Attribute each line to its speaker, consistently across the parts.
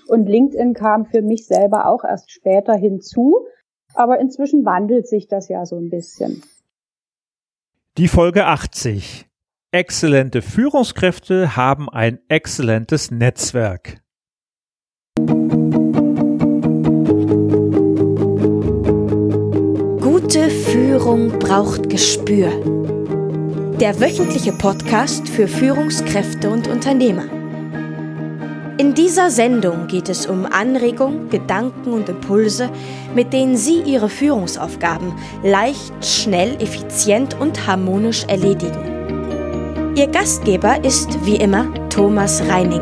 Speaker 1: Und LinkedIn kam für mich selber auch erst später hinzu. Aber inzwischen wandelt sich das ja so ein bisschen.
Speaker 2: Die Folge 80. Exzellente Führungskräfte haben ein exzellentes Netzwerk.
Speaker 3: Gute Führung braucht Gespür. Der wöchentliche Podcast für Führungskräfte und Unternehmer. In dieser Sendung geht es um Anregungen, Gedanken und Impulse, mit denen Sie Ihre Führungsaufgaben leicht, schnell, effizient und harmonisch erledigen. Ihr Gastgeber ist wie immer Thomas Reining.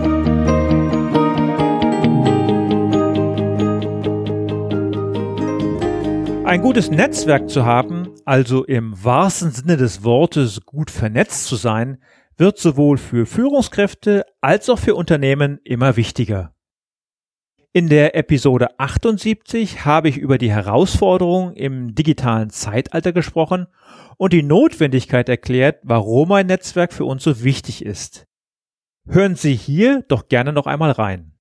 Speaker 2: Ein gutes Netzwerk zu haben, also im wahrsten Sinne des Wortes gut vernetzt zu sein, wird sowohl für Führungskräfte als auch für Unternehmen immer wichtiger. In der Episode 78 habe ich über die Herausforderungen im digitalen Zeitalter gesprochen und die Notwendigkeit erklärt, warum ein Netzwerk für uns so wichtig ist. Hören Sie hier doch gerne noch einmal rein.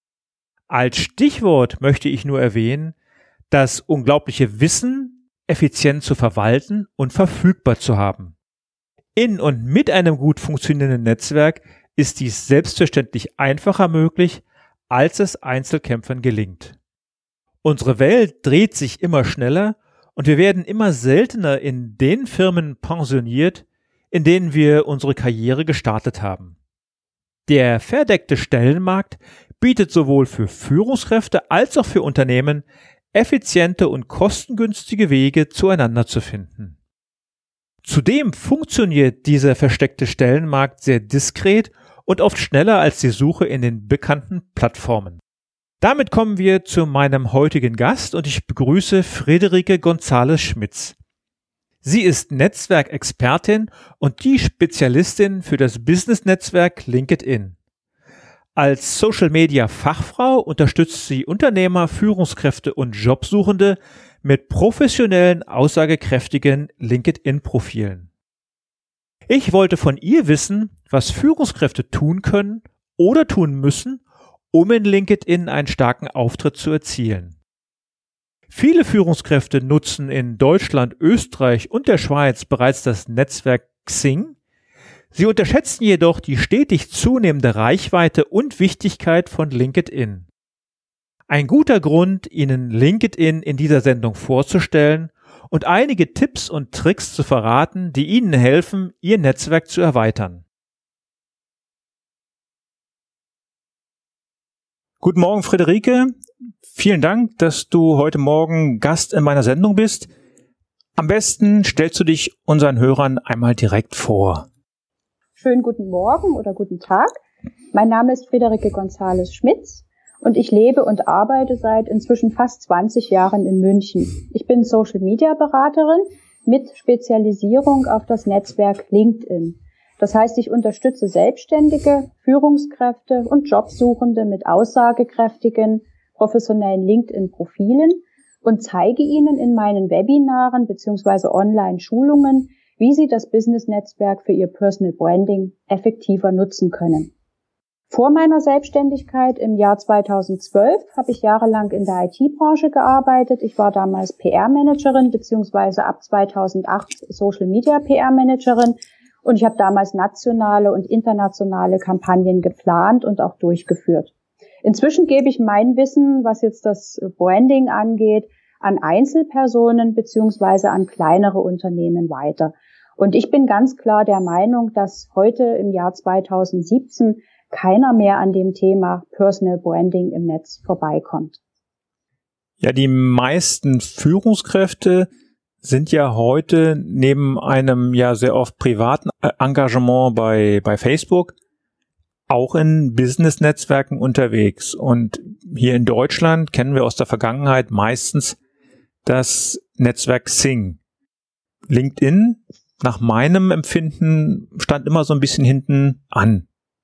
Speaker 2: Als Stichwort möchte ich nur erwähnen, das unglaubliche Wissen effizient zu verwalten und verfügbar zu haben. In und mit einem gut funktionierenden Netzwerk ist dies selbstverständlich einfacher möglich, als es Einzelkämpfern gelingt. Unsere Welt dreht sich immer schneller und wir werden immer seltener in den Firmen pensioniert, in denen wir unsere Karriere gestartet haben. Der verdeckte Stellenmarkt bietet sowohl für Führungskräfte als auch für Unternehmen effiziente und kostengünstige Wege zueinander zu finden. Zudem funktioniert dieser versteckte Stellenmarkt sehr diskret und oft schneller als die Suche in den bekannten Plattformen. Damit kommen wir zu meinem heutigen Gast und ich begrüße Friederike González-Schmitz. Sie ist Netzwerkexpertin und die Spezialistin für das Business-Netzwerk LinkedIn. Als Social-Media-Fachfrau unterstützt sie Unternehmer, Führungskräfte und Jobsuchende mit professionellen, aussagekräftigen LinkedIn-Profilen. Ich wollte von ihr wissen, was Führungskräfte tun können oder tun müssen, um in LinkedIn einen starken Auftritt zu erzielen. Viele Führungskräfte nutzen in Deutschland, Österreich und der Schweiz bereits das Netzwerk Xing. Sie unterschätzen jedoch die stetig zunehmende Reichweite und Wichtigkeit von LinkedIn. Ein guter Grund, Ihnen LinkedIn in dieser Sendung vorzustellen und einige Tipps und Tricks zu verraten, die Ihnen helfen, Ihr Netzwerk zu erweitern. Guten Morgen, Friederike. Vielen Dank, dass du heute Morgen Gast in meiner Sendung bist. Am besten stellst du dich unseren Hörern einmal direkt vor.
Speaker 1: Schönen guten Morgen oder guten Tag. Mein Name ist Friederike González-Schmitz. Und ich lebe und arbeite seit inzwischen fast 20 Jahren in München. Ich bin Social-Media-Beraterin mit Spezialisierung auf das Netzwerk LinkedIn. Das heißt, ich unterstütze Selbstständige, Führungskräfte und Jobsuchende mit aussagekräftigen, professionellen LinkedIn-Profilen und zeige ihnen in meinen Webinaren bzw. Online-Schulungen, wie sie das Business-Netzwerk für ihr Personal Branding effektiver nutzen können. Vor meiner Selbstständigkeit im Jahr 2012 habe ich jahrelang in der IT-Branche gearbeitet. Ich war damals PR-Managerin beziehungsweise ab 2008 Social-Media-PR-Managerin und ich habe damals nationale und internationale Kampagnen geplant und auch durchgeführt. Inzwischen gebe ich mein Wissen, was jetzt das Branding angeht, an Einzelpersonen beziehungsweise an kleinere Unternehmen weiter. Und ich bin ganz klar der Meinung, dass heute im Jahr 2017 keiner mehr an dem Thema Personal Branding im Netz vorbeikommt.
Speaker 2: Ja, die meisten Führungskräfte sind ja heute neben einem ja sehr oft privaten Engagement bei Facebook auch in Business-Netzwerken unterwegs. Und hier in Deutschland kennen wir aus der Vergangenheit meistens das Netzwerk Xing. LinkedIn, nach meinem Empfinden, stand immer so ein bisschen hinten an.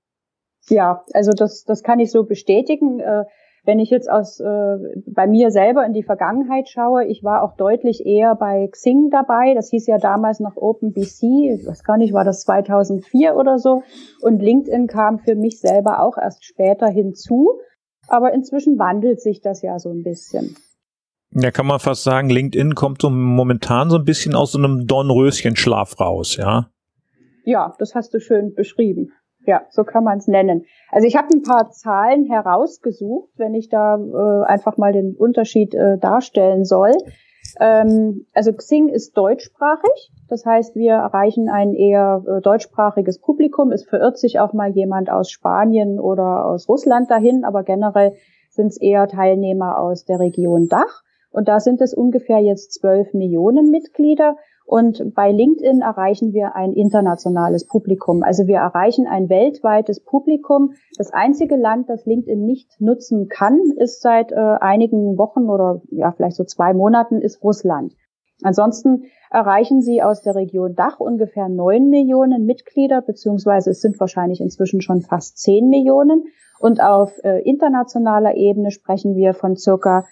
Speaker 1: Ja, also das kann ich so bestätigen. Wenn ich jetzt bei mir selber in die Vergangenheit schaue, ich war auch deutlich eher bei Xing dabei. Das hieß ja damals noch OpenBC. Ich weiß gar nicht, war das 2004 oder so. Und LinkedIn kam für mich selber auch erst später hinzu. Aber inzwischen wandelt sich das ja so ein bisschen.
Speaker 2: Ja, kann man fast sagen, LinkedIn kommt so momentan so ein bisschen aus so einem Dornröschenschlaf raus, ja?
Speaker 1: Ja, das hast du schön beschrieben. Ja, so kann man es nennen. Also ich habe ein paar Zahlen herausgesucht, wenn ich da einfach mal den Unterschied darstellen soll. Also Xing ist deutschsprachig, das heißt, wir erreichen ein eher deutschsprachiges Publikum. Es verirrt sich auch mal jemand aus Spanien oder aus Russland dahin, aber generell sind es eher Teilnehmer aus der Region Dach. Und da sind es ungefähr jetzt 12 Millionen Mitglieder. Und bei LinkedIn erreichen wir ein internationales Publikum. Also wir erreichen ein weltweites Publikum. Das einzige Land, das LinkedIn nicht nutzen kann, ist seit einigen Wochen oder ja vielleicht so 2 Monaten, ist Russland. Ansonsten erreichen sie aus der Region Dach ungefähr 9 Millionen Mitglieder, beziehungsweise es sind wahrscheinlich inzwischen schon fast 10 Millionen. Und auf internationaler Ebene sprechen wir von circa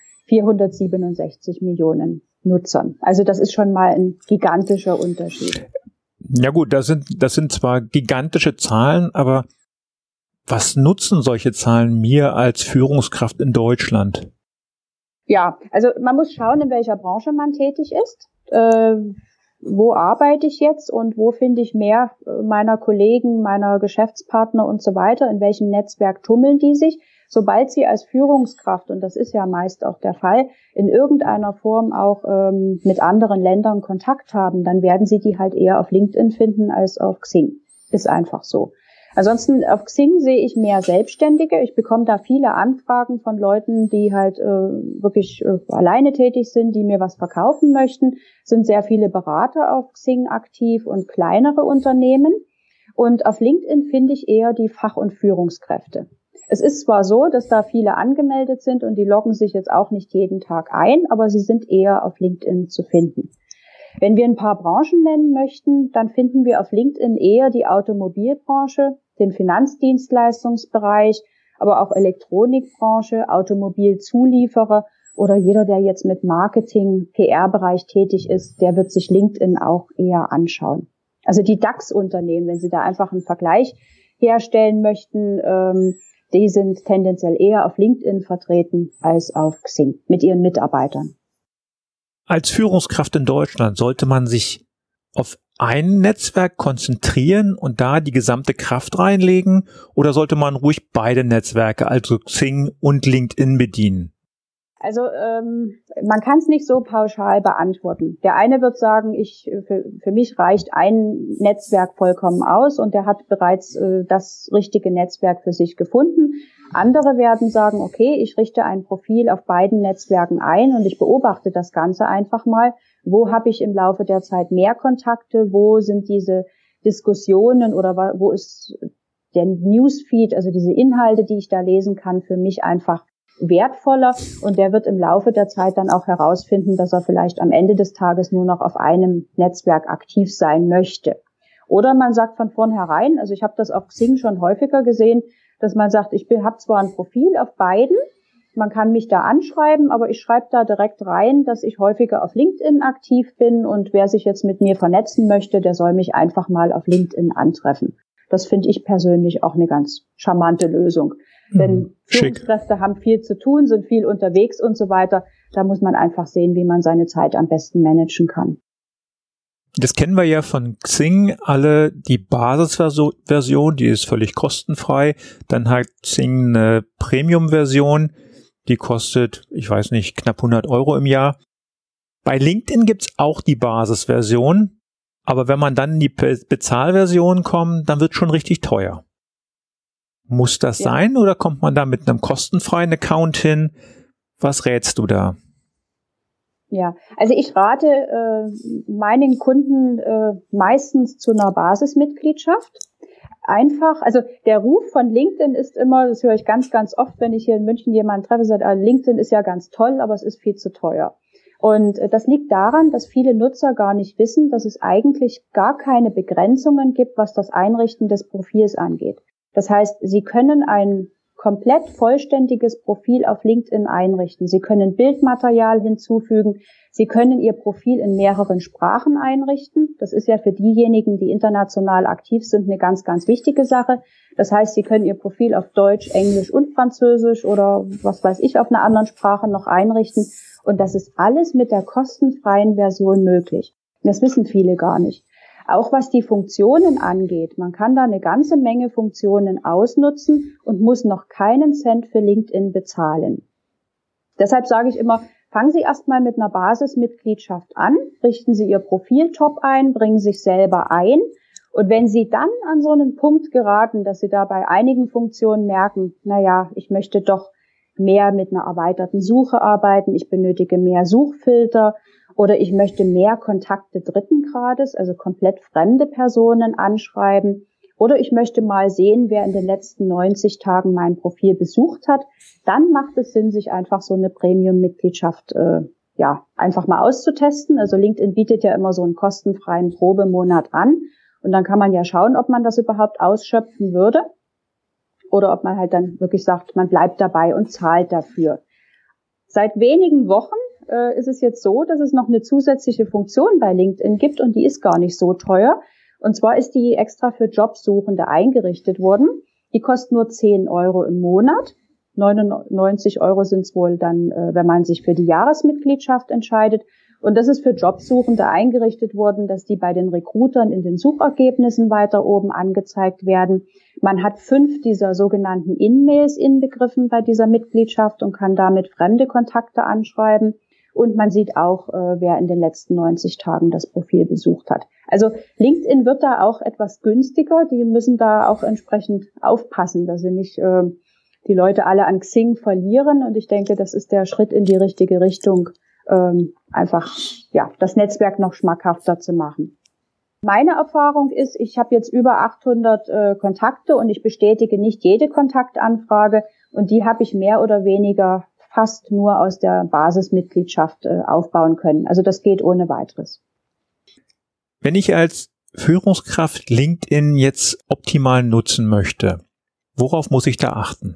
Speaker 1: 467 Millionen Nutzern. Also das ist schon mal ein gigantischer Unterschied.
Speaker 2: Ja gut, das sind zwar gigantische Zahlen, aber was nutzen solche Zahlen mir als Führungskraft in Deutschland?
Speaker 1: Ja, also man muss schauen, in welcher Branche man tätig ist. Wo arbeite ich jetzt und wo finde ich mehr meiner Kollegen, meiner Geschäftspartner und so weiter? In welchem Netzwerk tummeln die sich? Sobald Sie als Führungskraft, und das ist ja meist auch der Fall, in irgendeiner Form auch mit anderen Ländern Kontakt haben, dann werden Sie die halt eher auf LinkedIn finden als auf Xing. Ist einfach so. Ansonsten auf Xing sehe ich mehr Selbstständige. Ich bekomme da viele Anfragen von Leuten, die halt wirklich alleine tätig sind, die mir was verkaufen möchten. Es sind sehr viele Berater auf Xing aktiv und kleinere Unternehmen. Und auf LinkedIn finde ich eher die Fach- und Führungskräfte. Es ist zwar so, dass da viele angemeldet sind und die loggen sich jetzt auch nicht jeden Tag ein, aber sie sind eher auf LinkedIn zu finden. Wenn wir ein paar Branchen nennen möchten, dann finden wir auf LinkedIn eher die Automobilbranche, den Finanzdienstleistungsbereich, aber auch Elektronikbranche, Automobilzulieferer oder jeder, der jetzt mit Marketing, PR-Bereich tätig ist, der wird sich LinkedIn auch eher anschauen. Also die DAX-Unternehmen, wenn Sie da einfach einen Vergleich herstellen möchten, die sind tendenziell eher auf LinkedIn vertreten als auf Xing mit ihren Mitarbeitern.
Speaker 2: Als Führungskraft in Deutschland sollte man sich auf ein Netzwerk konzentrieren und da die gesamte Kraft reinlegen oder sollte man ruhig beide Netzwerke, also Xing und LinkedIn, bedienen?
Speaker 1: Also man kann es nicht so pauschal beantworten. Der eine wird sagen, für mich reicht ein Netzwerk vollkommen aus und der hat bereits das richtige Netzwerk für sich gefunden. Andere werden sagen, okay, ich richte ein Profil auf beiden Netzwerken ein und ich beobachte das Ganze einfach mal. Wo habe ich im Laufe der Zeit mehr Kontakte? Wo sind diese Diskussionen oder wo ist der Newsfeed, also diese Inhalte, die ich da lesen kann, für mich einfach wertvoller und der wird im Laufe der Zeit dann auch herausfinden, dass er vielleicht am Ende des Tages nur noch auf einem Netzwerk aktiv sein möchte. Oder man sagt von vornherein, also ich habe das auf Xing schon häufiger gesehen, dass man sagt, ich habe zwar ein Profil auf beiden, man kann mich da anschreiben, aber ich schreibe da direkt rein, dass ich häufiger auf LinkedIn aktiv bin und wer sich jetzt mit mir vernetzen möchte, der soll mich einfach mal auf LinkedIn antreffen. Das finde ich persönlich auch eine ganz charmante Lösung. Denn Führungskräfte haben viel zu tun, sind viel unterwegs und so weiter. Da muss man einfach sehen, wie man seine Zeit am besten managen kann.
Speaker 2: Das kennen wir ja von Xing alle, die Basisversion, die ist völlig kostenfrei. Dann hat Xing eine Premium-Version, die kostet, ich weiß nicht, knapp 100 € im Jahr. Bei LinkedIn gibt's auch die Basisversion, aber wenn man dann in die Bezahlversion kommt, dann wird schon richtig teuer. Muss das sein oder kommt man da mit einem kostenfreien Account hin? Was rätst du da?
Speaker 1: Ja, also ich rate meinen Kunden meistens zu einer Basismitgliedschaft. Einfach, also der Ruf von LinkedIn ist immer, das höre ich ganz, ganz oft, wenn ich hier in München jemanden treffe, sagt, LinkedIn ist ja ganz toll, aber es ist viel zu teuer. Und das liegt daran, dass viele Nutzer gar nicht wissen, dass es eigentlich gar keine Begrenzungen gibt, was das Einrichten des Profils angeht. Das heißt, Sie können ein komplett vollständiges Profil auf LinkedIn einrichten. Sie können Bildmaterial hinzufügen. Sie können Ihr Profil in mehreren Sprachen einrichten. Das ist ja für diejenigen, die international aktiv sind, eine ganz, ganz wichtige Sache. Das heißt, Sie können Ihr Profil auf Deutsch, Englisch und Französisch oder was weiß ich auf einer anderen Sprache noch einrichten. Und das ist alles mit der kostenfreien Version möglich. Das wissen viele gar nicht. Auch was die Funktionen angeht, man kann da eine ganze Menge Funktionen ausnutzen und muss noch keinen Cent für LinkedIn bezahlen. Deshalb sage ich immer, fangen Sie erstmal mit einer Basismitgliedschaft an, richten Sie Ihr Profil top ein, bringen sich selber ein. Und wenn Sie dann an so einen Punkt geraten, dass Sie da bei einigen Funktionen merken, naja, ich möchte doch mehr mit einer erweiterten Suche arbeiten, ich benötige mehr Suchfilter, oder ich möchte mehr Kontakte dritten Grades, also komplett fremde Personen anschreiben. Oder ich möchte mal sehen, wer in den letzten 90 Tagen mein Profil besucht hat. Dann macht es Sinn, sich einfach so eine Premium-Mitgliedschaft einfach mal auszutesten. Also LinkedIn bietet ja immer so einen kostenfreien Probemonat an. Und dann kann man ja schauen, ob man das überhaupt ausschöpfen würde. Oder ob man halt dann wirklich sagt, man bleibt dabei und zahlt dafür. Seit wenigen Wochen ist es jetzt so, dass es noch eine zusätzliche Funktion bei LinkedIn gibt und die ist gar nicht so teuer. Und zwar ist die extra für Jobsuchende eingerichtet worden. Die kostet nur 10 € im Monat. 99 € sind es wohl dann, wenn man sich für die Jahresmitgliedschaft entscheidet. Und das ist für Jobsuchende eingerichtet worden, dass die bei den Recruitern in den Suchergebnissen weiter oben angezeigt werden. Man hat 5 dieser sogenannten In-Mails inbegriffen bei dieser Mitgliedschaft und kann damit fremde Kontakte anschreiben. Und man sieht auch, wer in den letzten 90 Tagen das Profil besucht hat. Also LinkedIn wird da auch etwas günstiger. Die müssen da auch entsprechend aufpassen, dass sie nicht die Leute alle an Xing verlieren. Und ich denke, das ist der Schritt in die richtige Richtung, einfach das Netzwerk noch schmackhafter zu machen. Meine Erfahrung ist, ich habe jetzt über 800 Kontakte und ich bestätige nicht jede Kontaktanfrage. Und die habe ich mehr oder weniger fast nur aus der Basismitgliedschaft aufbauen können. Also das geht ohne weiteres.
Speaker 2: Wenn ich als Führungskraft LinkedIn jetzt optimal nutzen möchte, worauf muss ich da achten?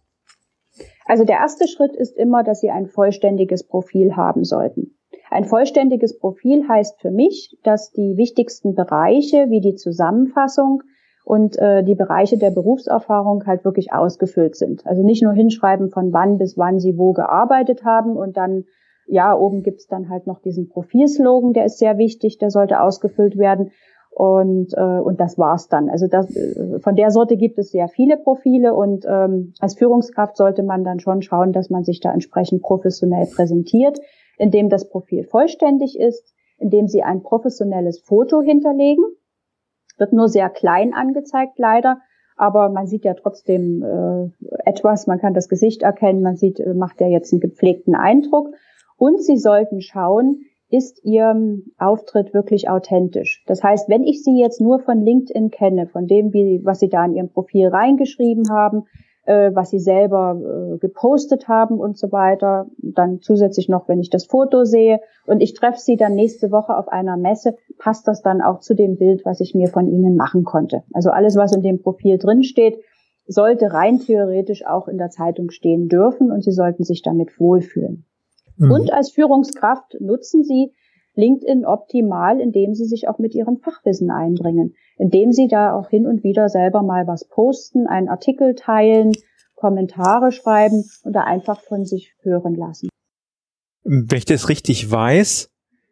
Speaker 1: Also der erste Schritt ist immer, dass Sie ein vollständiges Profil haben sollten. Ein vollständiges Profil heißt für mich, dass die wichtigsten Bereiche wie die Zusammenfassung und die Bereiche der Berufserfahrung halt wirklich ausgefüllt sind. Also nicht nur hinschreiben, von wann bis wann Sie wo gearbeitet haben und dann, oben gibt's dann halt noch diesen Profilslogan, der ist sehr wichtig, der sollte ausgefüllt werden und das war's dann. Also von der Sorte gibt es sehr viele Profile und als Führungskraft sollte man dann schon schauen, dass man sich da entsprechend professionell präsentiert, indem das Profil vollständig ist, indem Sie ein professionelles Foto hinterlegen. Wird nur sehr klein angezeigt, leider, aber man sieht ja trotzdem etwas, man kann das Gesicht erkennen, man sieht, macht der jetzt einen gepflegten Eindruck. Und Sie sollten schauen, ist Ihr Auftritt wirklich authentisch? Das heißt, wenn ich Sie jetzt nur von LinkedIn kenne, von dem, was Sie da in Ihrem Profil reingeschrieben haben, was Sie selber gepostet haben und so weiter, dann zusätzlich noch, wenn ich das Foto sehe und ich treffe Sie dann nächste Woche auf einer Messe, passt das dann auch zu dem Bild, was ich mir von Ihnen machen konnte. Also alles, was in dem Profil drin steht, sollte rein theoretisch auch in der Zeitung stehen dürfen und Sie sollten sich damit wohlfühlen. Mhm. Und als Führungskraft nutzen Sie LinkedIn optimal, indem Sie sich auch mit Ihrem Fachwissen einbringen, indem Sie da auch hin und wieder selber mal was posten, einen Artikel teilen, Kommentare schreiben und da einfach von sich hören lassen.
Speaker 2: Wenn ich das richtig weiß,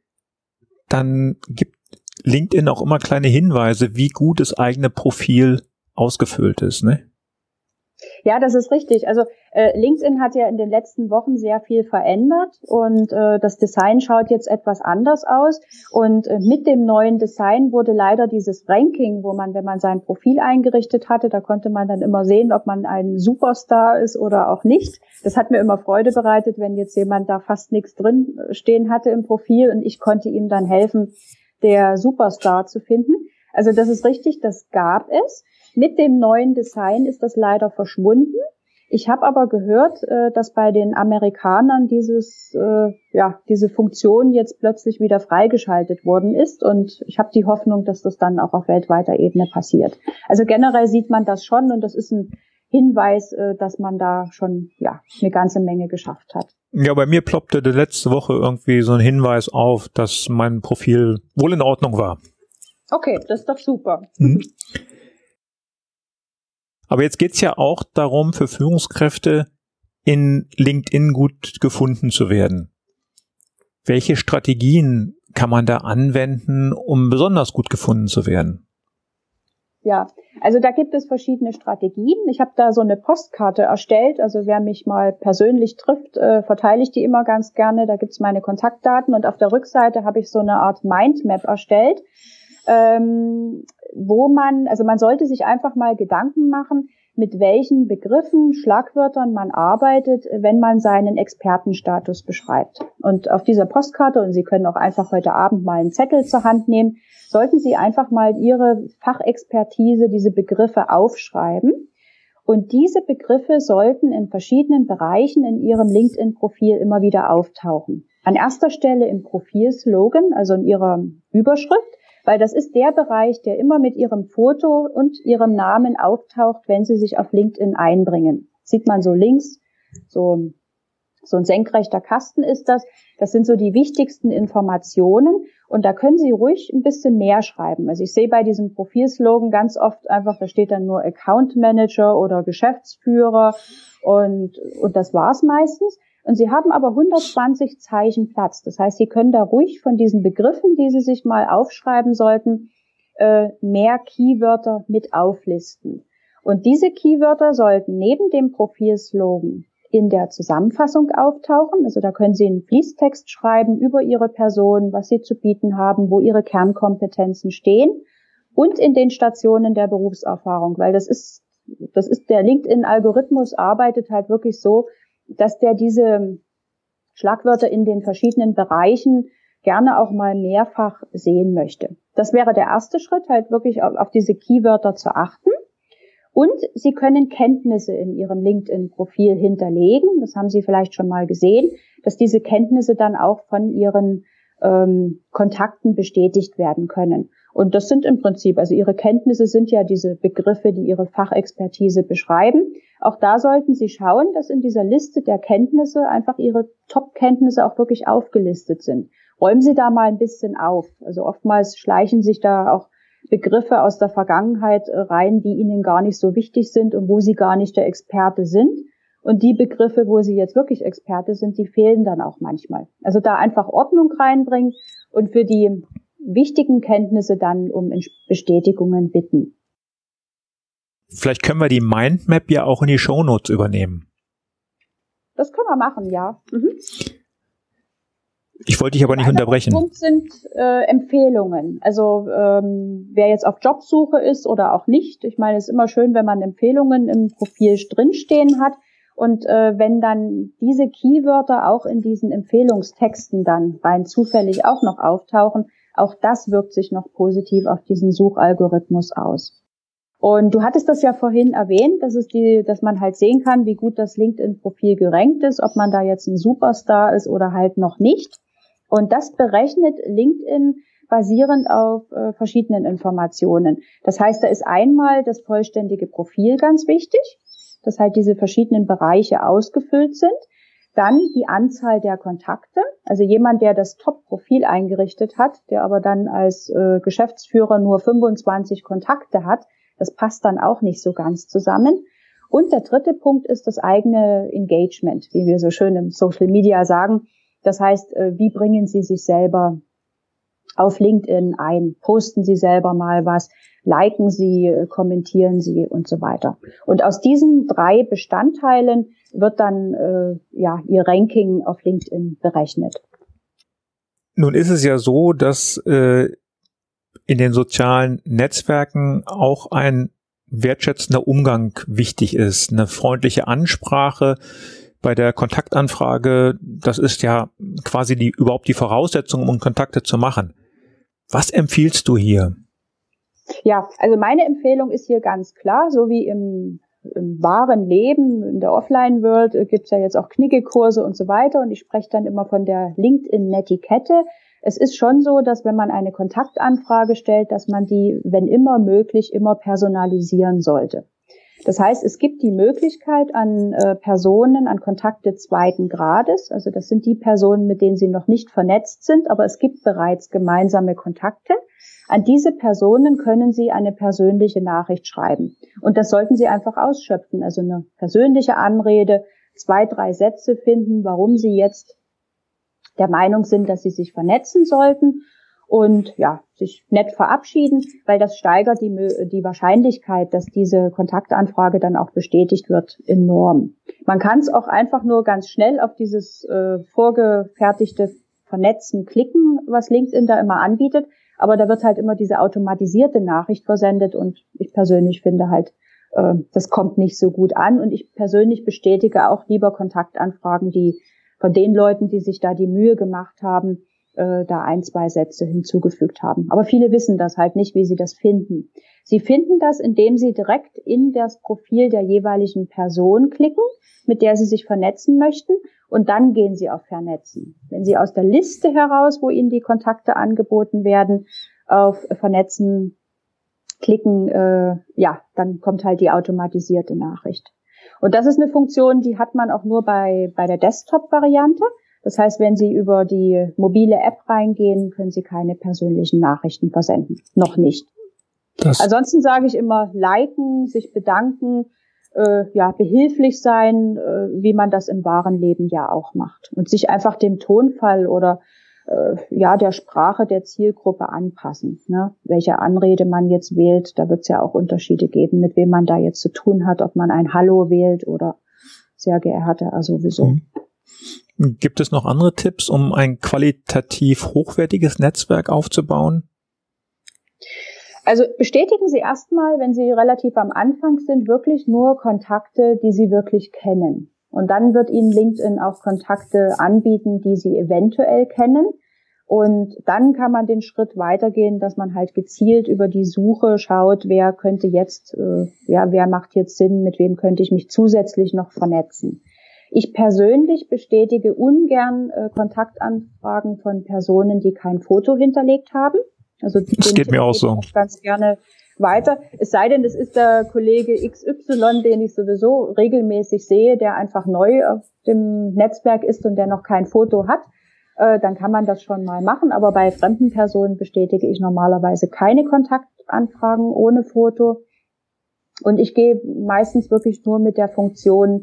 Speaker 2: dann gibt LinkedIn auch immer kleine Hinweise, wie gut das eigene Profil ausgefüllt ist, ne?
Speaker 1: Ja, das ist richtig. Also LinkedIn hat ja in den letzten Wochen sehr viel verändert und das Design schaut jetzt etwas anders aus. Und mit dem neuen Design wurde leider dieses Ranking, wo man, wenn man sein Profil eingerichtet hatte, da konnte man dann immer sehen, ob man ein Superstar ist oder auch nicht. Das hat mir immer Freude bereitet, wenn jetzt jemand da fast nichts drin stehen hatte im Profil und ich konnte ihm dann helfen, der Superstar zu finden. Also das ist richtig, das gab es. Mit dem neuen Design ist das leider verschwunden. Ich habe aber gehört, dass bei den Amerikanern diese Funktion jetzt plötzlich wieder freigeschaltet worden ist und ich habe die Hoffnung, dass das dann auch auf weltweiter Ebene passiert. Also generell sieht man das schon und das ist ein Hinweis, dass man da schon eine ganze Menge geschafft hat.
Speaker 2: Ja, bei mir ploppte letzte Woche irgendwie so ein Hinweis auf, dass mein Profil wohl in Ordnung war.
Speaker 1: Okay, das ist doch super.
Speaker 2: Aber jetzt geht's ja auch darum, für Führungskräfte in LinkedIn gut gefunden zu werden. Welche Strategien kann man da anwenden, um besonders gut gefunden zu werden?
Speaker 1: Ja, also da gibt es verschiedene Strategien. Ich habe da so eine Postkarte erstellt. Also wer mich mal persönlich trifft, verteile ich die immer ganz gerne. Da gibt's meine Kontaktdaten und auf der Rückseite habe ich so eine Art Mindmap erstellt, wo man sollte sich einfach mal Gedanken machen, mit welchen Begriffen, Schlagwörtern man arbeitet, wenn man seinen Expertenstatus beschreibt. Und auf dieser Postkarte, und Sie können auch einfach heute Abend mal einen Zettel zur Hand nehmen, sollten Sie einfach mal Ihre Fachexpertise, diese Begriffe aufschreiben. Und diese Begriffe sollten in verschiedenen Bereichen in Ihrem LinkedIn-Profil immer wieder auftauchen. An erster Stelle im Profilslogan, also in Ihrer Überschrift, weil das ist der Bereich, der immer mit Ihrem Foto und Ihrem Namen auftaucht, wenn Sie sich auf LinkedIn einbringen. Sieht man so links, so ein senkrechter Kasten ist das. Das sind so die wichtigsten Informationen und da können Sie ruhig ein bisschen mehr schreiben. Also ich sehe bei diesem Profilslogan ganz oft einfach, da steht dann nur Account Manager oder Geschäftsführer und das war's meistens. Und Sie haben aber 120 Zeichen Platz. Das heißt, Sie können da ruhig von diesen Begriffen, die Sie sich mal aufschreiben sollten, mehr Keywörter mit auflisten. Und diese Keywörter sollten neben dem Profilslogan in der Zusammenfassung auftauchen. Also da können Sie einen Fließtext schreiben über Ihre Person, was Sie zu bieten haben, wo Ihre Kernkompetenzen stehen und in den Stationen der Berufserfahrung, weil das ist der LinkedIn-Algorithmus arbeitet halt wirklich so, dass der diese Schlagwörter in den verschiedenen Bereichen gerne auch mal mehrfach sehen möchte. Das wäre der erste Schritt, halt wirklich auf diese Keywörter zu achten. Und Sie können Kenntnisse in Ihrem LinkedIn-Profil hinterlegen. Das haben Sie vielleicht schon mal gesehen, dass diese Kenntnisse dann auch von Ihren Kontakten bestätigt werden können. Und das sind im Prinzip, also Ihre Kenntnisse sind ja diese Begriffe, die Ihre Fachexpertise beschreiben. Auch da sollten Sie schauen, dass in dieser Liste der Kenntnisse einfach Ihre Top-Kenntnisse auch wirklich aufgelistet sind. Räumen Sie da mal ein bisschen auf. Also oftmals schleichen sich da auch Begriffe aus der Vergangenheit rein, die Ihnen gar nicht so wichtig sind und wo Sie gar nicht der Experte sind. Und die Begriffe, wo Sie jetzt wirklich Experte sind, die fehlen dann auch manchmal. Also da einfach Ordnung reinbringen und für die wichtigen Kenntnisse dann um Bestätigungen bitten.
Speaker 2: Vielleicht können wir die Mindmap ja auch in die Shownotes übernehmen.
Speaker 1: Das können wir machen, ja.
Speaker 2: Ich wollte dich aber nicht unterbrechen.
Speaker 1: Punkt sind Empfehlungen. Also wer jetzt auf Jobsuche ist oder auch nicht. Ich meine, es ist immer schön, wenn man Empfehlungen im Profil drinstehen hat. Und wenn dann diese Keywörter auch in diesen Empfehlungstexten dann rein zufällig auch noch auftauchen, auch das wirkt sich noch positiv auf diesen Suchalgorithmus aus. Und du hattest das ja vorhin erwähnt, dass man halt sehen kann, wie gut das LinkedIn-Profil gerankt ist, ob man da jetzt ein Superstar ist oder halt noch nicht. Und das berechnet LinkedIn basierend auf verschiedenen Informationen. Das heißt, da ist einmal das vollständige Profil ganz wichtig, dass halt diese verschiedenen Bereiche ausgefüllt sind. Dann die Anzahl der Kontakte, also jemand, der das Top-Profil eingerichtet hat, der aber dann als Geschäftsführer nur 25 Kontakte hat, das passt dann auch nicht so ganz zusammen. Und der dritte Punkt ist das eigene Engagement, wie wir so schön im Social Media sagen. Das heißt, wie bringen Sie sich selber auf LinkedIn ein? Posten Sie selber mal was? Liken Sie, kommentieren Sie und so weiter. Und aus diesen 3 Bestandteilen wird dann Ihr Ranking auf LinkedIn berechnet.
Speaker 2: Nun ist es ja so, dass in den sozialen Netzwerken auch ein wertschätzender Umgang wichtig ist. Eine freundliche Ansprache bei der Kontaktanfrage, das ist ja quasi überhaupt die Voraussetzung, um Kontakte zu machen. Was empfiehlst du hier?
Speaker 1: Ja, also meine Empfehlung ist hier ganz klar, so wie im wahren Leben, in der Offline-World gibt's ja jetzt auch Knigge-Kurse und so weiter und ich spreche dann immer von der LinkedIn-Netiquette. Es ist schon so, dass wenn man eine Kontaktanfrage stellt, dass man die, wenn immer möglich, immer personalisieren sollte. Das heißt, es gibt die Möglichkeit an Personen, an Kontakte zweiten Grades, also das sind die Personen, mit denen Sie noch nicht vernetzt sind, aber es gibt bereits gemeinsame Kontakte. An diese Personen können Sie eine persönliche Nachricht schreiben. Und das sollten Sie einfach ausschöpfen, also eine persönliche Anrede, 2, 3 Sätze finden, warum Sie jetzt der Meinung sind, dass Sie sich vernetzen sollten. Und ja, sich nett verabschieden, weil das steigert die Wahrscheinlichkeit, dass diese Kontaktanfrage dann auch bestätigt wird, enorm. Man kann es auch einfach nur ganz schnell auf dieses vorgefertigte Vernetzen klicken, was LinkedIn da immer anbietet, aber da wird halt immer diese automatisierte Nachricht versendet und ich persönlich finde halt, das kommt nicht so gut an und ich persönlich bestätige auch lieber Kontaktanfragen, die von den Leuten, die sich da die Mühe gemacht haben, da 1, 2 Sätze hinzugefügt haben. Aber viele wissen das halt nicht, wie sie das finden. Sie finden das, indem sie direkt in das Profil der jeweiligen Person klicken, mit der sie sich vernetzen möchten, und dann gehen sie auf Vernetzen. Wenn sie aus der Liste heraus, wo ihnen die Kontakte angeboten werden, auf Vernetzen klicken, dann kommt halt die automatisierte Nachricht. Und das ist eine Funktion, die hat man auch nur bei der Desktop-Variante. Das heißt, wenn Sie über die mobile App reingehen, können Sie keine persönlichen Nachrichten versenden. Noch nicht. Ansonsten sage ich immer, liken, sich bedanken, behilflich sein, wie man das im wahren Leben ja auch macht. Und sich einfach dem Tonfall oder der Sprache der Zielgruppe anpassen. Ne? Welche Anrede man jetzt wählt, da wird es ja auch Unterschiede geben, mit wem man da jetzt zu tun hat, ob man ein Hallo wählt oder sehr geehrte, sowieso.
Speaker 2: Gibt es noch andere Tipps, um ein qualitativ hochwertiges Netzwerk aufzubauen?
Speaker 1: Also bestätigen Sie erstmal, wenn Sie relativ am Anfang sind, wirklich nur Kontakte, die Sie wirklich kennen. Und dann wird Ihnen LinkedIn auch Kontakte anbieten, die Sie eventuell kennen. Und dann kann man den Schritt weitergehen, dass man halt gezielt über die Suche schaut, wer könnte jetzt, wer macht jetzt Sinn, mit wem könnte ich mich zusätzlich noch vernetzen. Ich persönlich bestätige ungern Kontaktanfragen von Personen, die kein Foto hinterlegt haben. Also
Speaker 2: das geht mir auch so.
Speaker 1: Ganz gerne weiter. Es sei denn, es ist der Kollege XY, den ich sowieso regelmäßig sehe, der einfach neu auf dem Netzwerk ist und der noch kein Foto hat. Dann kann man das schon mal machen. Aber bei fremden Personen bestätige ich normalerweise keine Kontaktanfragen ohne Foto. Und ich gehe meistens wirklich nur mit der Funktion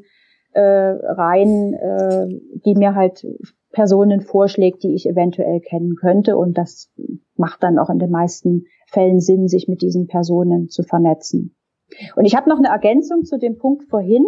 Speaker 1: rein, die mir halt Personen vorschlägt, die ich eventuell kennen könnte. Und das macht dann auch in den meisten Fällen Sinn, sich mit diesen Personen zu vernetzen. Und ich habe noch eine Ergänzung zu dem Punkt vorhin,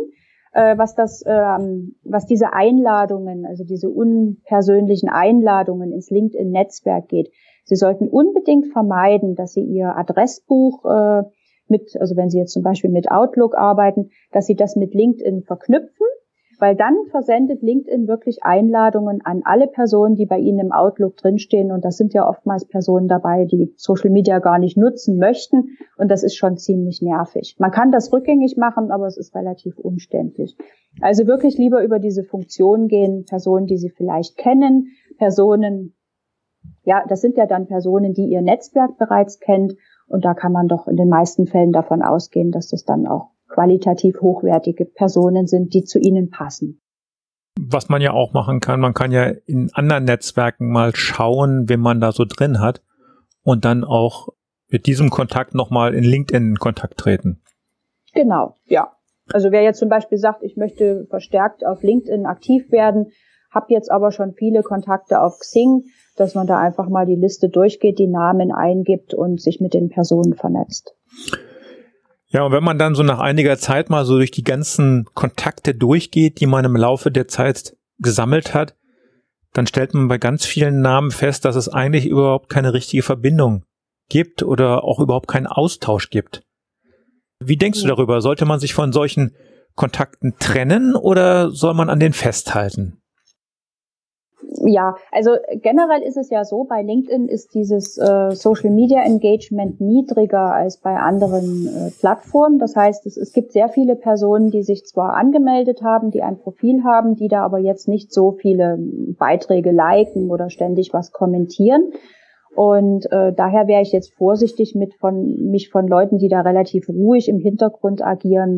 Speaker 1: was diese Einladungen, also diese unpersönlichen Einladungen ins LinkedIn-Netzwerk geht. Sie sollten unbedingt vermeiden, dass Sie Ihr Adressbuch also wenn Sie jetzt zum Beispiel mit Outlook arbeiten, dass Sie das mit LinkedIn verknüpfen, weil dann versendet LinkedIn wirklich Einladungen an alle Personen, die bei Ihnen im Outlook drinstehen. Und das sind ja oftmals Personen dabei, die Social Media gar nicht nutzen möchten. Und das ist schon ziemlich nervig. Man kann das rückgängig machen, aber es ist relativ umständlich. Also wirklich lieber über diese Funktion gehen, Personen, die Sie vielleicht kennen, Personen, das sind ja dann Personen, die Ihr Netzwerk bereits kennt. Und da kann man doch in den meisten Fällen davon ausgehen, dass das dann auch qualitativ hochwertige Personen sind, die zu Ihnen passen.
Speaker 2: Was man ja auch machen kann, man kann ja in anderen Netzwerken mal schauen, wen man da so drin hat und dann auch mit diesem Kontakt nochmal in LinkedIn in Kontakt treten.
Speaker 1: Genau, ja. Also wer jetzt zum Beispiel sagt, ich möchte verstärkt auf LinkedIn aktiv werden, habe jetzt aber schon viele Kontakte auf Xing, dass man da einfach mal die Liste durchgeht, die Namen eingibt und sich mit den Personen vernetzt.
Speaker 2: Ja, und wenn man dann so nach einiger Zeit mal so durch die ganzen Kontakte durchgeht, die man im Laufe der Zeit gesammelt hat, dann stellt man bei ganz vielen Namen fest, dass es eigentlich überhaupt keine richtige Verbindung gibt oder auch überhaupt keinen Austausch gibt. Wie denkst du darüber? Sollte man sich von solchen Kontakten trennen oder soll man an denen festhalten?
Speaker 1: Ja, also generell ist es ja so, bei LinkedIn ist dieses Social Media Engagement niedriger als bei anderen Plattformen. Das heißt, es gibt sehr viele Personen, die sich zwar angemeldet haben, die ein Profil haben, die da aber jetzt nicht so viele Beiträge liken oder ständig was kommentieren. Und daher wäre ich jetzt vorsichtig mich von Leuten, die da relativ ruhig im Hintergrund agieren,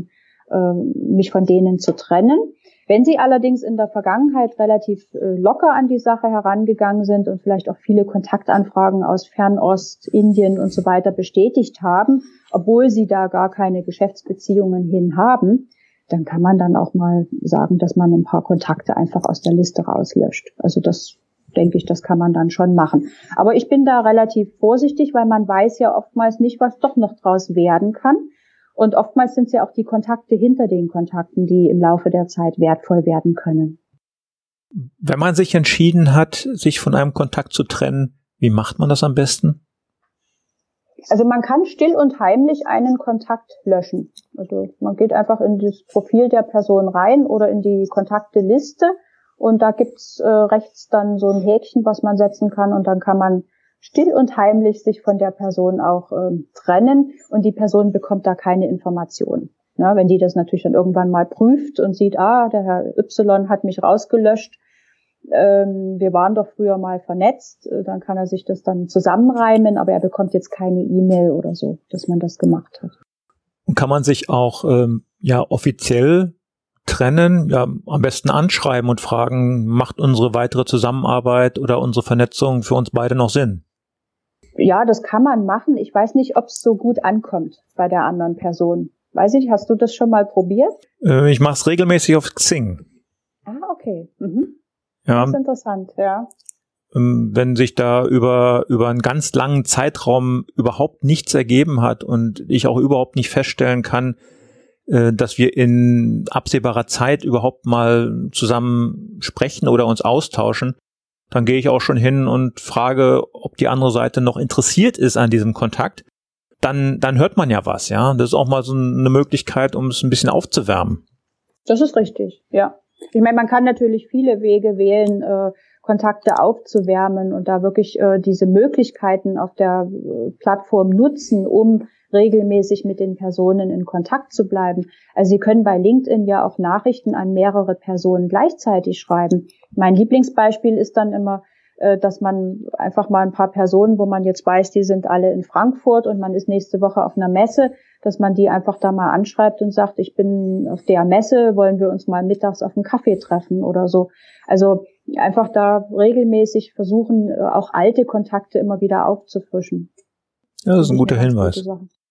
Speaker 1: mich von denen zu trennen. Wenn Sie allerdings in der Vergangenheit relativ locker an die Sache herangegangen sind und vielleicht auch viele Kontaktanfragen aus Fernost, Indien und so weiter bestätigt haben, obwohl Sie da gar keine Geschäftsbeziehungen hin haben, dann kann man dann auch mal sagen, dass man ein paar Kontakte einfach aus der Liste rauslöscht. Also das denke ich, das kann man dann schon machen. Aber ich bin da relativ vorsichtig, weil man weiß ja oftmals nicht, was doch noch draus werden kann. Und oftmals sind es ja auch die Kontakte hinter den Kontakten, die im Laufe der Zeit wertvoll werden können.
Speaker 2: Wenn man sich entschieden hat, sich von einem Kontakt zu trennen, wie macht man das am besten?
Speaker 1: Also man kann still und heimlich einen Kontakt löschen. Also man geht einfach in das Profil der Person rein oder in die Kontakteliste und da gibt's rechts dann so ein Häkchen, was man setzen kann und dann kann man still und heimlich sich von der Person auch trennen und die Person bekommt da keine Informationen. Ja, wenn die das natürlich dann irgendwann mal prüft und sieht, der Herr Y hat mich rausgelöscht, wir waren doch früher mal vernetzt, dann kann er sich das dann zusammenreimen, aber er bekommt jetzt keine E-Mail oder so, dass man das gemacht hat.
Speaker 2: Und kann man sich auch offiziell trennen, am besten anschreiben und fragen, macht unsere weitere Zusammenarbeit oder unsere Vernetzung für uns beide noch Sinn?
Speaker 1: Ja, das kann man machen. Ich weiß nicht, ob es so gut ankommt bei der anderen Person. Weiß ich, hast du das schon mal probiert?
Speaker 2: Ich mache es regelmäßig auf Xing.
Speaker 1: Okay. Mhm.
Speaker 2: Ja.
Speaker 1: Das ist interessant, ja.
Speaker 2: Wenn sich da über einen ganz langen Zeitraum überhaupt nichts ergeben hat und ich auch überhaupt nicht feststellen kann, dass wir in absehbarer Zeit überhaupt mal zusammen sprechen oder uns austauschen, dann gehe ich auch schon hin und frage, ob die andere Seite noch interessiert ist an diesem Kontakt. Dann hört man ja was, ja. Das ist auch mal so eine Möglichkeit, um es ein bisschen aufzuwärmen.
Speaker 1: Das ist richtig, ja. Ich meine, man kann natürlich viele Wege wählen, Kontakte aufzuwärmen und da wirklich diese Möglichkeiten auf der Plattform nutzen, um regelmäßig mit den Personen in Kontakt zu bleiben. Also Sie können bei LinkedIn ja auch Nachrichten an mehrere Personen gleichzeitig schreiben. Mein Lieblingsbeispiel ist dann immer, dass man einfach mal ein paar Personen, wo man jetzt weiß, die sind alle in Frankfurt und man ist nächste Woche auf einer Messe, dass man die einfach da mal anschreibt und sagt, ich bin auf der Messe, wollen wir uns mal mittags auf einen Kaffee treffen oder so. Also einfach da regelmäßig versuchen, auch alte Kontakte immer wieder aufzufrischen.
Speaker 2: Ja, das ist ein guter Hinweis.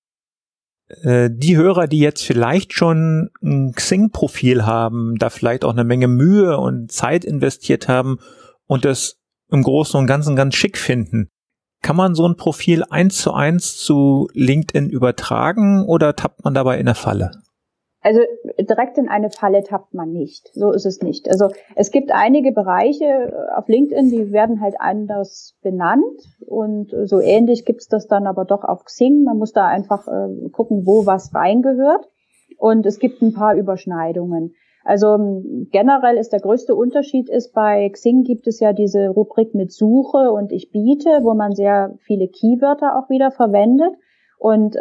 Speaker 2: Die Hörer, die jetzt vielleicht schon ein Xing-Profil haben, da vielleicht auch eine Menge Mühe und Zeit investiert haben und das im Großen und Ganzen ganz schick finden, kann man so ein Profil 1:1 zu LinkedIn übertragen oder tappt man dabei in eine Falle?
Speaker 1: Also direkt in eine Falle tappt man nicht. So ist es nicht. Also es gibt einige Bereiche auf LinkedIn, die werden halt anders benannt und so ähnlich gibt's das dann aber doch auf Xing. Man muss da einfach gucken, wo was reingehört und es gibt ein paar Überschneidungen. Also generell ist der größte Unterschied ist, bei Xing gibt es ja diese Rubrik mit Suche und ich biete, wo man sehr viele Keywörter auch wieder verwendet und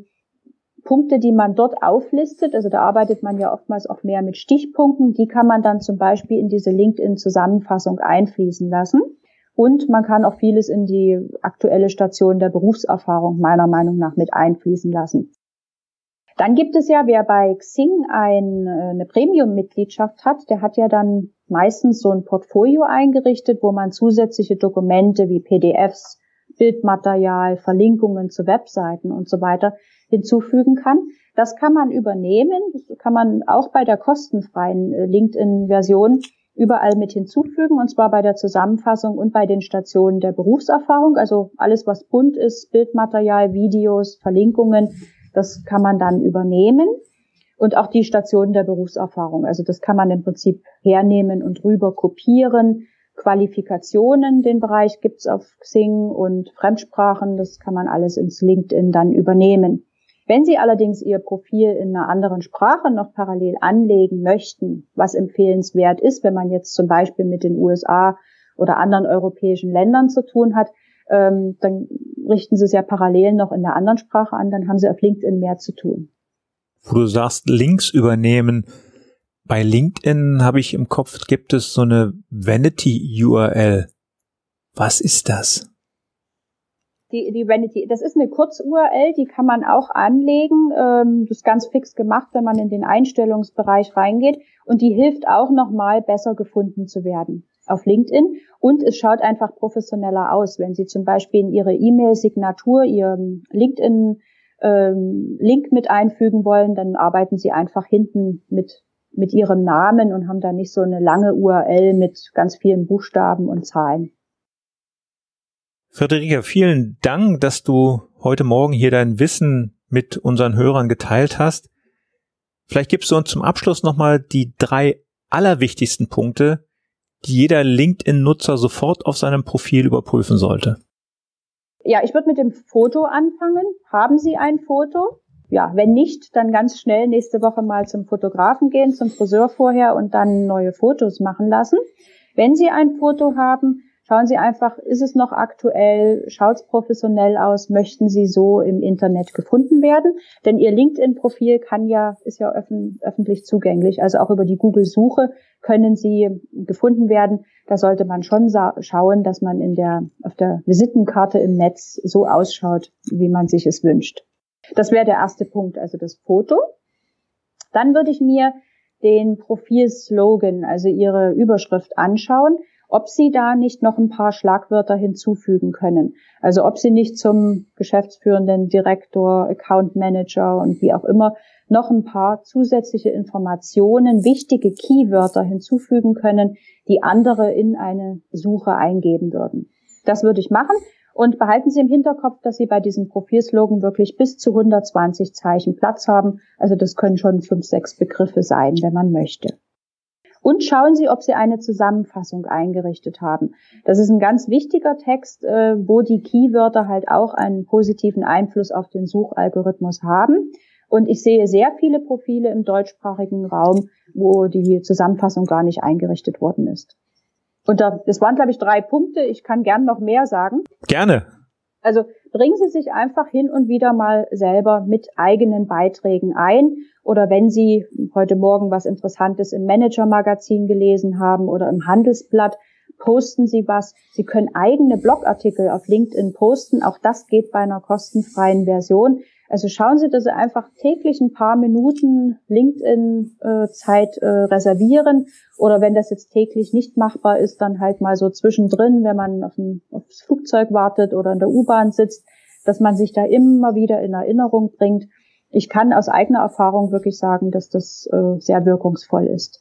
Speaker 1: Punkte, die man dort auflistet, also da arbeitet man ja oftmals auch mehr mit Stichpunkten, die kann man dann zum Beispiel in diese LinkedIn-Zusammenfassung einfließen lassen. Und man kann auch vieles in die aktuelle Station der Berufserfahrung meiner Meinung nach mit einfließen lassen. Dann gibt es ja, wer bei Xing eine Premium-Mitgliedschaft hat, der hat ja dann meistens so ein Portfolio eingerichtet, wo man zusätzliche Dokumente wie PDFs, Bildmaterial, Verlinkungen zu Webseiten und so weiter hinzufügen kann. Das kann man übernehmen, das kann man auch bei der kostenfreien LinkedIn-Version überall mit hinzufügen, und zwar bei der Zusammenfassung und bei den Stationen der Berufserfahrung. Also alles, was bunt ist, Bildmaterial, Videos, Verlinkungen, das kann man dann übernehmen. Und auch die Stationen der Berufserfahrung. Also das kann man im Prinzip hernehmen und rüber kopieren. Qualifikationen, den Bereich gibt's auf Xing, und Fremdsprachen, das kann man alles ins LinkedIn dann übernehmen. Wenn Sie allerdings Ihr Profil in einer anderen Sprache noch parallel anlegen möchten, was empfehlenswert ist, wenn man jetzt zum Beispiel mit den USA oder anderen europäischen Ländern zu tun hat, dann richten Sie es ja parallel noch in der anderen Sprache an, dann haben Sie auf LinkedIn mehr zu tun.
Speaker 2: Wo du sagst, Links übernehmen, bei LinkedIn habe ich im Kopf, gibt es so eine Vanity-URL. Was ist das?
Speaker 1: Die Vanity, das ist eine Kurz-URL, die kann man auch anlegen. Das ist ganz fix gemacht, wenn man in den Einstellungsbereich reingeht. Und die hilft auch nochmal, besser gefunden zu werden auf LinkedIn. Und es schaut einfach professioneller aus. Wenn Sie zum Beispiel in Ihre E-Mail-Signatur Ihren LinkedIn-Link mit einfügen wollen, dann arbeiten Sie einfach hinten mit Ihrem Namen und haben da nicht so eine lange URL mit ganz vielen Buchstaben und Zahlen.
Speaker 2: Friederike, vielen Dank, dass du heute Morgen hier dein Wissen mit unseren Hörern geteilt hast. Vielleicht gibst du uns zum Abschluss nochmal die 3 allerwichtigsten Punkte, die jeder LinkedIn-Nutzer sofort auf seinem Profil überprüfen sollte.
Speaker 1: Ja, ich würde mit dem Foto anfangen. Haben Sie ein Foto? Ja, wenn nicht, dann ganz schnell nächste Woche mal zum Fotografen gehen, zum Friseur vorher und dann neue Fotos machen lassen. Wenn Sie ein Foto haben, schauen Sie einfach, ist es noch aktuell, schaut es professionell aus, möchten Sie so im Internet gefunden werden? Denn Ihr LinkedIn-Profil ist ja öffentlich zugänglich, also auch über die Google-Suche können Sie gefunden werden. Da sollte man schon schauen, dass man auf der Visitenkarte im Netz so ausschaut, wie man sich es wünscht. Das wäre der erste Punkt, also das Foto. Dann würde ich mir den Profilslogan, also Ihre Überschrift anschauen, ob Sie da nicht noch ein paar Schlagwörter hinzufügen können. Also ob Sie nicht zum geschäftsführenden Direktor, Account Manager und wie auch immer noch ein paar zusätzliche Informationen, wichtige Keywörter hinzufügen können, die andere in eine Suche eingeben würden. Das würde ich machen. Und behalten Sie im Hinterkopf, dass Sie bei diesem Profilslogan wirklich bis zu 120 Zeichen Platz haben. Also das können schon 5, 6 Begriffe sein, wenn man möchte. Und schauen Sie, ob Sie eine Zusammenfassung eingerichtet haben. Das ist ein ganz wichtiger Text, wo die Keywörter halt auch einen positiven Einfluss auf den Suchalgorithmus haben. Und ich sehe sehr viele Profile im deutschsprachigen Raum, wo die Zusammenfassung gar nicht eingerichtet worden ist. Und das waren, glaube ich, 3 Punkte. Ich kann gern noch mehr sagen.
Speaker 2: Gerne.
Speaker 1: Also bringen Sie sich einfach hin und wieder mal selber mit eigenen Beiträgen ein. Oder wenn Sie heute Morgen was Interessantes im Manager-Magazin gelesen haben oder im Handelsblatt, posten Sie was. Sie können eigene Blogartikel auf LinkedIn posten. Auch das geht bei einer kostenfreien Version. Also schauen Sie, dass Sie einfach täglich ein paar Minuten LinkedIn-Zeit reservieren. Oder wenn das jetzt täglich nicht machbar ist, dann halt mal so zwischendrin, wenn man aufs Flugzeug wartet oder in der U-Bahn sitzt, dass man sich da immer wieder in Erinnerung bringt. Ich kann aus eigener Erfahrung wirklich sagen, dass das sehr wirkungsvoll ist.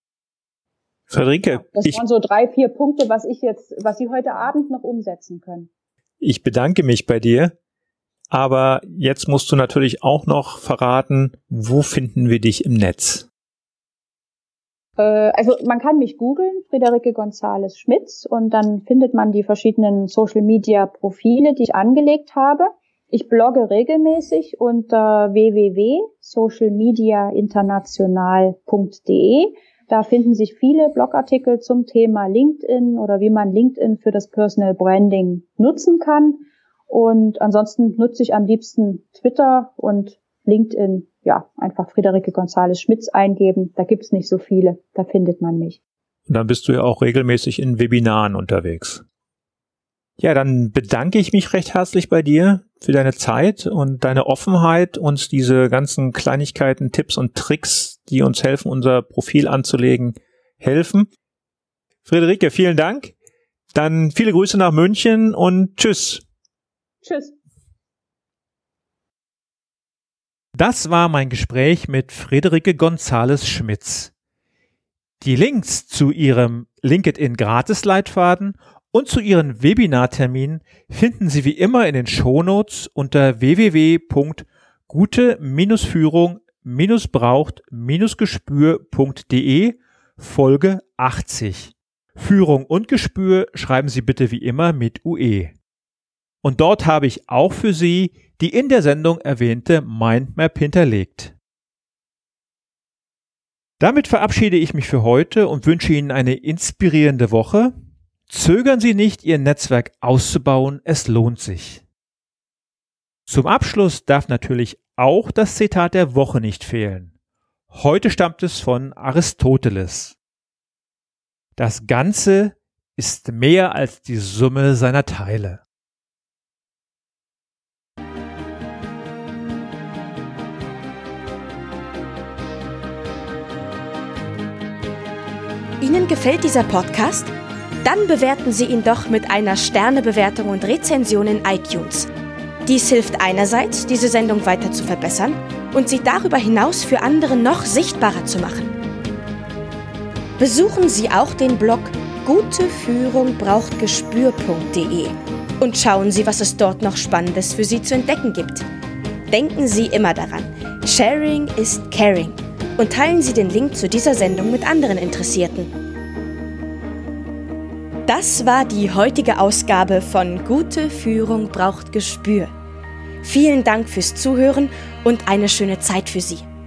Speaker 2: Friederike,
Speaker 1: das waren so 3, 4 Punkte, was Sie heute Abend noch umsetzen können.
Speaker 2: Ich bedanke mich bei dir. Aber jetzt musst du natürlich auch noch verraten, wo finden wir dich im Netz?
Speaker 1: Also man kann mich googeln, Friederike González Schmitz, und dann findet man die verschiedenen Social-Media-Profile, die ich angelegt habe. Ich blogge regelmäßig unter www.socialmediainternational.de. Da finden sich viele Blogartikel zum Thema LinkedIn oder wie man LinkedIn für das Personal Branding nutzen kann. Und ansonsten nutze ich am liebsten Twitter und LinkedIn. Ja, einfach Friederike González Schmitz eingeben. Da gibt's nicht so viele. Da findet man mich.
Speaker 2: Und dann bist du ja auch regelmäßig in Webinaren unterwegs. Ja, dann bedanke ich mich recht herzlich bei dir für deine Zeit und deine Offenheit, uns diese ganzen Kleinigkeiten, Tipps und Tricks, die uns helfen, unser Profil anzulegen, helfen. Friederike, vielen Dank. Dann viele Grüße nach München und tschüss.
Speaker 1: Tschüss.
Speaker 2: Das war mein Gespräch mit Friederike González Schmitz. Die Links zu ihrem LinkedIn-Gratis-Leitfaden und zu ihren Webinarterminen finden Sie wie immer in den Shownotes unter www.gute-führung-braucht-gespür.de Folge 80. Führung und Gespür schreiben Sie bitte wie immer mit UE. Und dort habe ich auch für Sie die in der Sendung erwähnte Mindmap hinterlegt. Damit verabschiede ich mich für heute und wünsche Ihnen eine inspirierende Woche. Zögern Sie nicht, Ihr Netzwerk auszubauen, es lohnt sich. Zum Abschluss darf natürlich auch das Zitat der Woche nicht fehlen. Heute stammt es von Aristoteles. Das Ganze ist mehr als die Summe seiner Teile.
Speaker 3: Ihnen gefällt dieser Podcast? Dann bewerten Sie ihn doch mit einer Sternebewertung und Rezension in iTunes. Dies hilft einerseits, diese Sendung weiter zu verbessern und sie darüber hinaus für andere noch sichtbarer zu machen. Besuchen Sie auch den Blog guteführungbrauchtgespür.de und schauen Sie, was es dort noch Spannendes für Sie zu entdecken gibt. Denken Sie immer daran, Sharing ist Caring und teilen Sie den Link zu dieser Sendung mit anderen Interessierten. Das war die heutige Ausgabe von Gute Führung braucht Gespür. Vielen Dank fürs Zuhören und eine schöne Zeit für Sie.